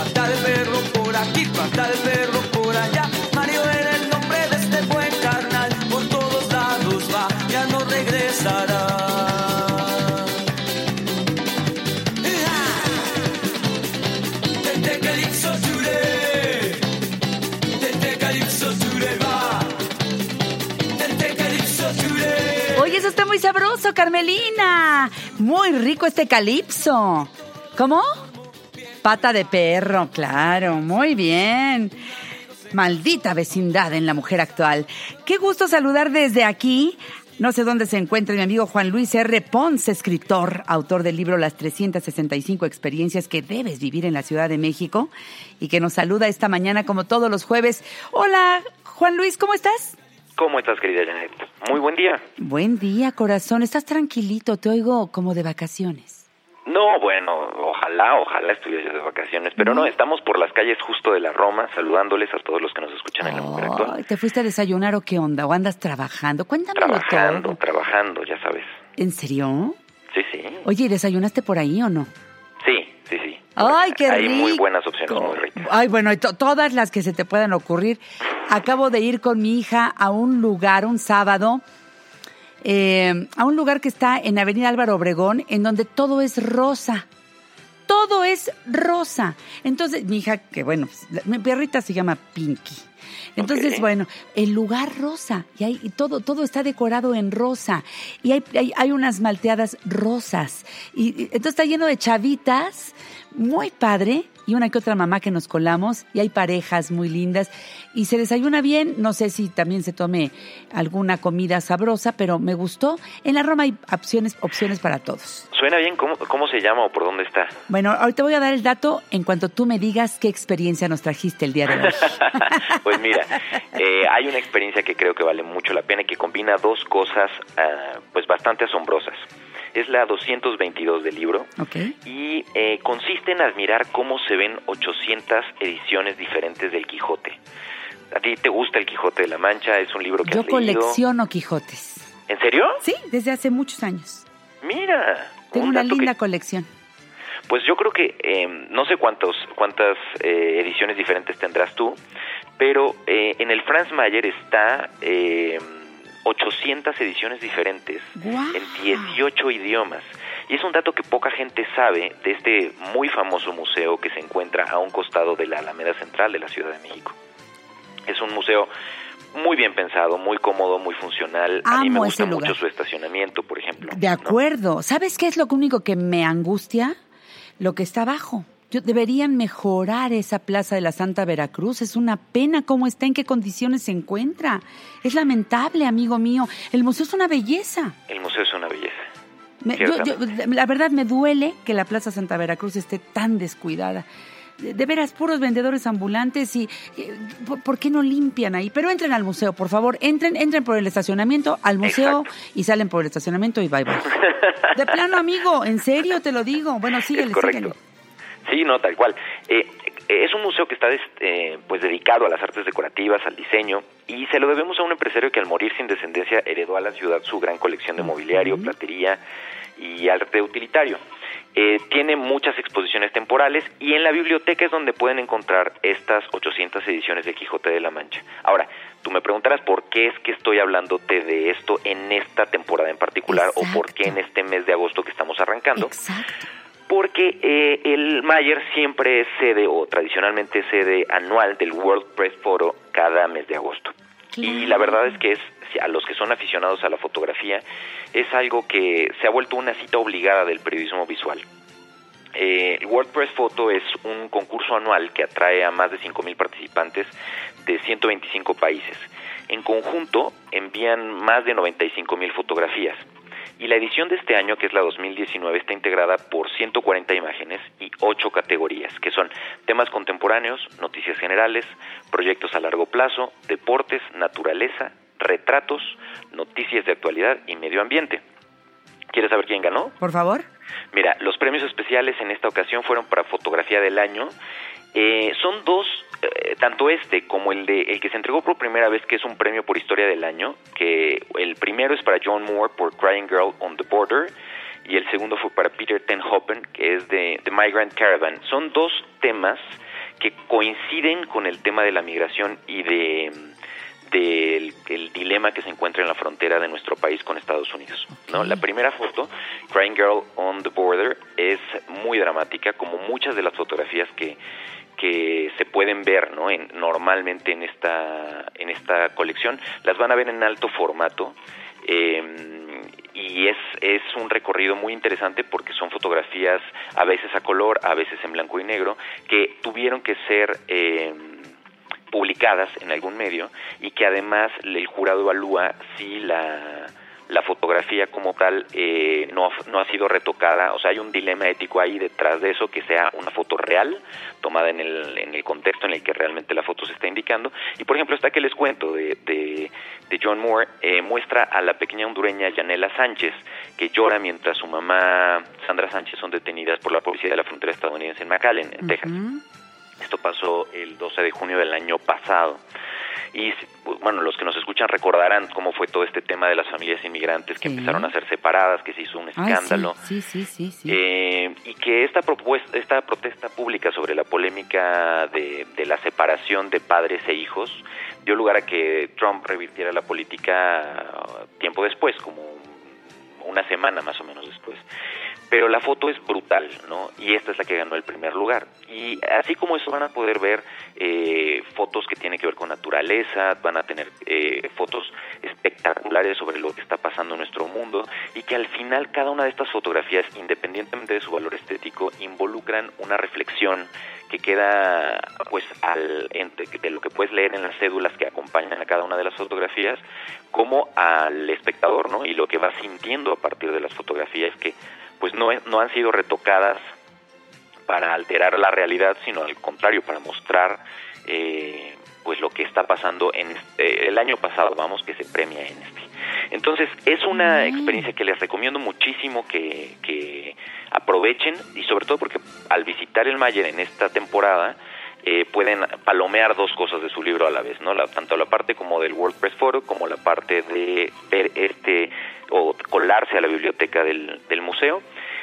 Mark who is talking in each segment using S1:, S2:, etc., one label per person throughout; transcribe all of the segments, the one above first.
S1: pata de perro por aquí, pata de perro por allá. Mario era el nombre de este buen carnal, por todos lados va, ya no regresará. Tete Calypso today, Tete Calypso today va, Tete Calypso today.
S2: Oye, eso está muy sabroso, Carmelina. Muy rico este calipso. ¿Cómo? Pata de perro, claro, muy bien. Maldita vecindad en la mujer actual. Qué gusto saludar desde aquí. No sé dónde se encuentra mi amigo Juan Luis R. Ponce, escritor, autor del libro Las 365 experiencias que debes vivir en la Ciudad de México, y que nos saluda esta mañana como todos los jueves. Hola, Juan Luis, ¿cómo estás?
S3: ¿Cómo estás, querida Janet? Muy buen día.
S2: Buen día, corazón. ¿Estás tranquilito? Te oigo como de vacaciones.
S3: No, bueno, ojalá estuvieras de vacaciones, pero no, estamos por las calles justo de la Roma, saludándoles a todos los que nos escuchan en la mujer actual.
S2: ¿Te fuiste a desayunar o qué onda? ¿O andas trabajando? Cuéntamelo todo.
S3: Trabajando, ya sabes.
S2: ¿En serio?
S3: Sí.
S2: Oye, ¿y desayunaste por ahí o no?
S3: Sí.
S2: ¡Ay, qué rico!
S3: Hay muy buenas opciones, muy ricas.
S2: Ay, bueno, todas las que se te puedan ocurrir. Acabo de ir con mi hija a un lugar, un sábado, a un lugar que está en Avenida Álvaro Obregón, en donde todo es rosa. Todo es rosa. Entonces, mi hija, que bueno, mi perrita se llama Pinky. Entonces, okay. Bueno, el lugar rosa, y todo está decorado en rosa, y hay unas malteadas rosas, y entonces está lleno de chavitas, muy padre, y una que otra mamá que nos colamos, y hay parejas muy lindas, y se desayuna bien. No sé si también se tome alguna comida sabrosa, pero me gustó. En la Roma hay opciones para todos.
S3: Suena bien. ¿Cómo se llama o por dónde está?
S2: Bueno, ahorita voy a dar el dato en cuanto tú me digas qué experiencia nos trajiste el día de hoy.
S3: Pues mira, hay una experiencia que creo que vale mucho la pena y que combina dos cosas pues bastante asombrosas. Es la 222 del libro,
S2: okay.
S3: Y consiste en admirar cómo se ven 800 ediciones diferentes del Quijote. ¿A ti te gusta el Quijote de la Mancha? ¿Es un libro que has leído?
S2: Yo colecciono Quijotes.
S3: ¿En serio?
S2: Sí, desde hace muchos años.
S3: Mira.
S2: Tengo una linda colección.
S3: Pues yo creo que, no sé cuántas ediciones diferentes tendrás tú, pero en el Franz Mayer está 800 ediciones diferentes,
S2: ¡wow!,
S3: en 18 idiomas. Y es un dato que poca gente sabe de este muy famoso museo que se encuentra a un costado de la Alameda Central de la Ciudad de México. Es un museo muy bien pensado, muy cómodo, muy funcional.
S2: Amo.
S3: A mí me gusta
S2: mucho
S3: su estacionamiento, por ejemplo.
S2: De acuerdo. ¿No? ¿Sabes qué es lo único que me angustia? Lo que está abajo. Deberían mejorar esa Plaza de la Santa Veracruz. Es una pena cómo está, en qué condiciones se encuentra. Es lamentable, amigo mío. El museo es una belleza.
S3: El museo es una belleza.
S2: La verdad me duele que la Plaza Santa Veracruz esté tan descuidada. De veras, puros vendedores ambulantes y ¿por qué no limpian ahí? Pero entren al museo, por favor, entren por el estacionamiento al museo. Exacto. Y salen por el estacionamiento y bye. De plano, amigo, en serio te lo digo. Bueno, síguele.
S3: Sí, no, tal cual. Es un museo que está pues dedicado a las artes decorativas, al diseño, y se lo debemos a un empresario que al morir sin descendencia heredó a la ciudad su gran colección de mobiliario, platería y arte utilitario. Tiene muchas exposiciones temporales y en la biblioteca es donde pueden encontrar estas 800 ediciones de Quijote de la Mancha. Ahora, tú me preguntarás por qué es que estoy hablándote de esto en esta temporada en particular. Exacto. O por qué en este mes de agosto que estamos arrancando.
S2: Exacto.
S3: Porque el Mayer siempre es sede, o tradicionalmente es sede anual del World Press Photo cada mes de agosto. Claro. Y la verdad es que a los que son aficionados a la fotografía, es algo que se ha vuelto una cita obligada del periodismo visual. El World Press Photo es un concurso anual que atrae a más de 5,000 participantes de 125 países. En conjunto envían más de 95,000 fotografías. Y la edición de este año, que es la 2019, está integrada por 140 imágenes y 8 categorías, que son temas contemporáneos, noticias generales, proyectos a largo plazo, deportes, naturaleza, retratos, noticias de actualidad y medio ambiente. ¿Quieres saber quién ganó?
S2: Por favor.
S3: Mira, los premios especiales en esta ocasión fueron para fotografía del año. Son dos, tanto este como el que se entregó por primera vez, que es un premio por historia del año, que el primero es para John Moore por Crying Girl on the Border, y el segundo fue para Peter ten Hoppen, que es de The Migrant Caravan. Son dos temas que coinciden con el tema de la migración y del dilema que se encuentra en la frontera de nuestro país con Estados Unidos, ¿no? La primera foto, Crying Girl on the Border, es muy dramática, como muchas de las fotografías que se pueden ver, ¿no? Normalmente en esta colección. Las van a ver en alto formato, y es un recorrido muy interesante porque son fotografías a veces a color, a veces en blanco y negro, que tuvieron que ser publicadas en algún medio, y que además el jurado evalúa si la fotografía como tal no ha sido retocada. O sea, hay un dilema ético ahí detrás de eso, que sea una foto real, tomada en el contexto en el que realmente la foto se está indicando. Y por ejemplo, esta que les cuento de John Moore, muestra a la pequeña hondureña Yanela Sánchez, que llora mientras su mamá Sandra Sánchez son detenidas por la policía de la frontera estadounidense en McAllen, en Texas. Esto pasó el 12 de junio del año pasado. Y bueno, los que nos escuchan recordarán cómo fue todo este tema de las familias inmigrantes que empezaron a ser separadas, que se hizo un escándalo.
S2: Sí.
S3: Y que esta protesta pública sobre la polémica de la separación de padres e hijos dio lugar a que Trump revirtiera la política tiempo después, como una semana más o menos después. Pero la foto es brutal, ¿no? Y esta es la que ganó el primer lugar. Y así como eso van a poder ver fotos que tienen que ver con naturaleza, van a tener fotos espectaculares sobre lo que está pasando en nuestro mundo, y que al final cada una de estas fotografías, independientemente de su valor estético, involucran una reflexión que queda pues de lo que puedes leer en las cédulas que acompañan a cada una de las fotografías, como al espectador, ¿no? Y lo que va sintiendo a partir de las fotografías, que pues no han sido retocadas para alterar la realidad, sino al contrario, para mostrar pues lo que está pasando en el año pasado, que se premia en este. Entonces es una experiencia que les recomiendo muchísimo que aprovechen, y sobre todo porque al visitar el Mayer en esta temporada pueden palomear dos cosas de su libro a la vez, ¿no? Tanto la parte como del World Press Photo, como la parte de ver o colarse a la biblioteca del museo.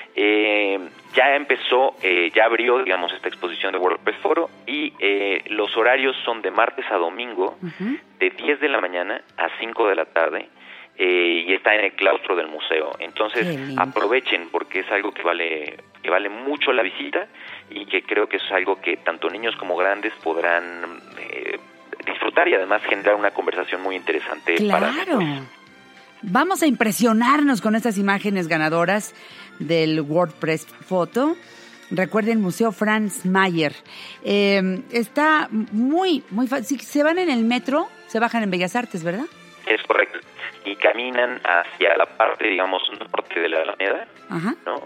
S3: Ya abrió, digamos, esta exposición de World Press Photo, y los horarios son de martes a domingo, de 10 de la mañana a 5 de la tarde, y está en el claustro del museo. Entonces aprovechen, porque es algo que vale mucho la visita, y que creo que es algo que tanto niños como grandes podrán disfrutar, y además generar una conversación muy interesante.
S2: Claro. Vamos a impresionarnos con estas imágenes ganadoras del WordPress Photo. Recuerden, Museo Franz Mayer. Está muy fácil. Si se van en el metro, se bajan en Bellas Artes, ¿verdad?
S3: Es correcto. Y caminan hacia la parte, digamos, norte de la Alameda, ¿no?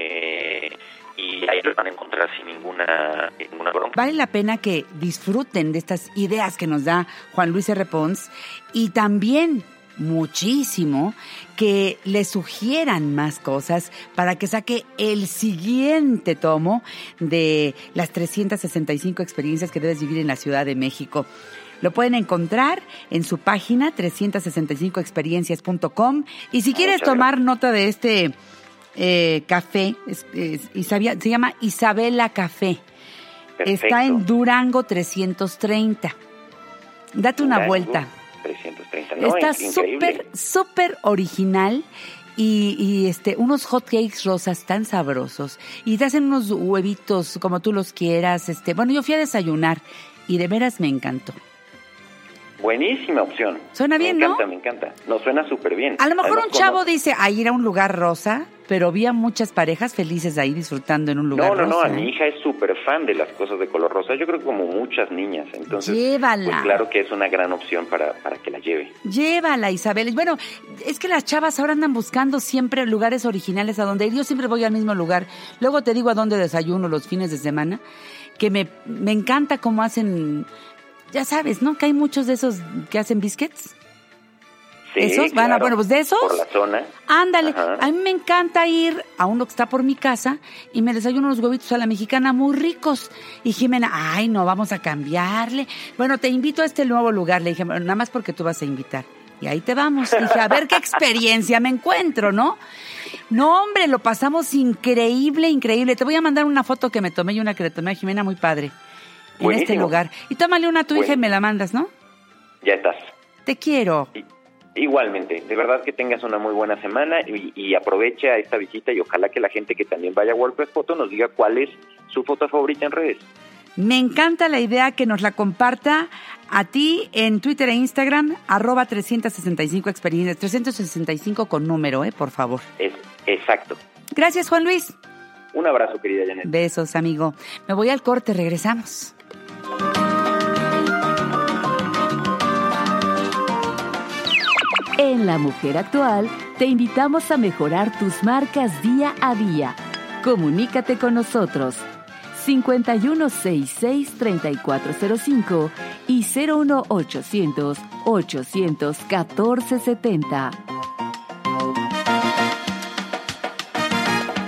S3: Y ahí los van a encontrar sin ninguna bronca.
S2: Vale la pena que disfruten de estas ideas que nos da Juan Luis R. Pons, y también muchísimo que le sugieran más cosas para que saque el siguiente tomo de las 365 experiencias que debes vivir en la Ciudad de México. Lo pueden encontrar en su página 365experiencias.com, y si quieres tomar nota de este café, se llama Isabela Café. Perfecto. Está en Durango 330. Date una vuelta.
S3: 330. No,
S2: está súper original, y unos hot cakes rosas tan sabrosos, y te hacen unos huevitos como tú los quieras. Bueno, yo fui a desayunar y de veras me encantó.
S3: Buenísima opción.
S2: Suena bien, ¿no?
S3: Me encanta. No, suena súper bien.
S2: A lo mejor además, un chavo dice, ir a un lugar rosa, pero vi a muchas parejas felices ahí disfrutando en un lugar rosa.
S3: No, mi hija es súper fan de las cosas de color rosa. Yo creo que como muchas niñas. Entonces,
S2: llévala.
S3: Pues claro que es una gran opción para que la lleve.
S2: Llévala, Isabel. Bueno, es que las chavas ahora andan buscando siempre lugares originales a donde ir. Yo siempre voy al mismo lugar. Luego te digo a dónde desayuno los fines de semana, que me encanta cómo hacen. Ya sabes, ¿no? Que hay muchos de esos que hacen biscuits.
S3: Sí,
S2: ¿esos?
S3: Claro.
S2: Bueno, pues de esos.
S3: Por la zona.
S2: Ándale.
S3: Ajá.
S2: A mí me encanta ir a uno que está por mi casa y me desayuno unos huevitos a la mexicana muy ricos. Y Jimena, no, vamos a cambiarle. Bueno, te invito a este nuevo lugar. Le dije, nada más porque tú vas a invitar. Y ahí te vamos. Dije, a ver qué experiencia me encuentro, ¿no? No, hombre, lo pasamos increíble. Te voy a mandar una foto que me tomé y una que le tomé a Jimena, muy padre. en este lugar. Y tómale una a tu hija y me la mandas, ¿no?
S3: Ya estás.
S2: Te quiero.
S3: Igualmente, de verdad que tengas una muy buena semana y aprovecha esta visita y ojalá que la gente que también vaya a WordPress Photo nos diga cuál es su foto favorita en redes.
S2: Me encanta la idea que nos la comparta a ti en Twitter e Instagram, @365experiencias, 365 con número, por favor.
S3: Exacto.
S2: Gracias, Juan Luis.
S3: Un abrazo, querida Janet.
S2: Besos, amigo. Me voy al corte, regresamos.
S4: En La Mujer Actual, te invitamos a mejorar tus marcas día a día. Comunícate con nosotros. 5166-3405 y 01800-800-1470.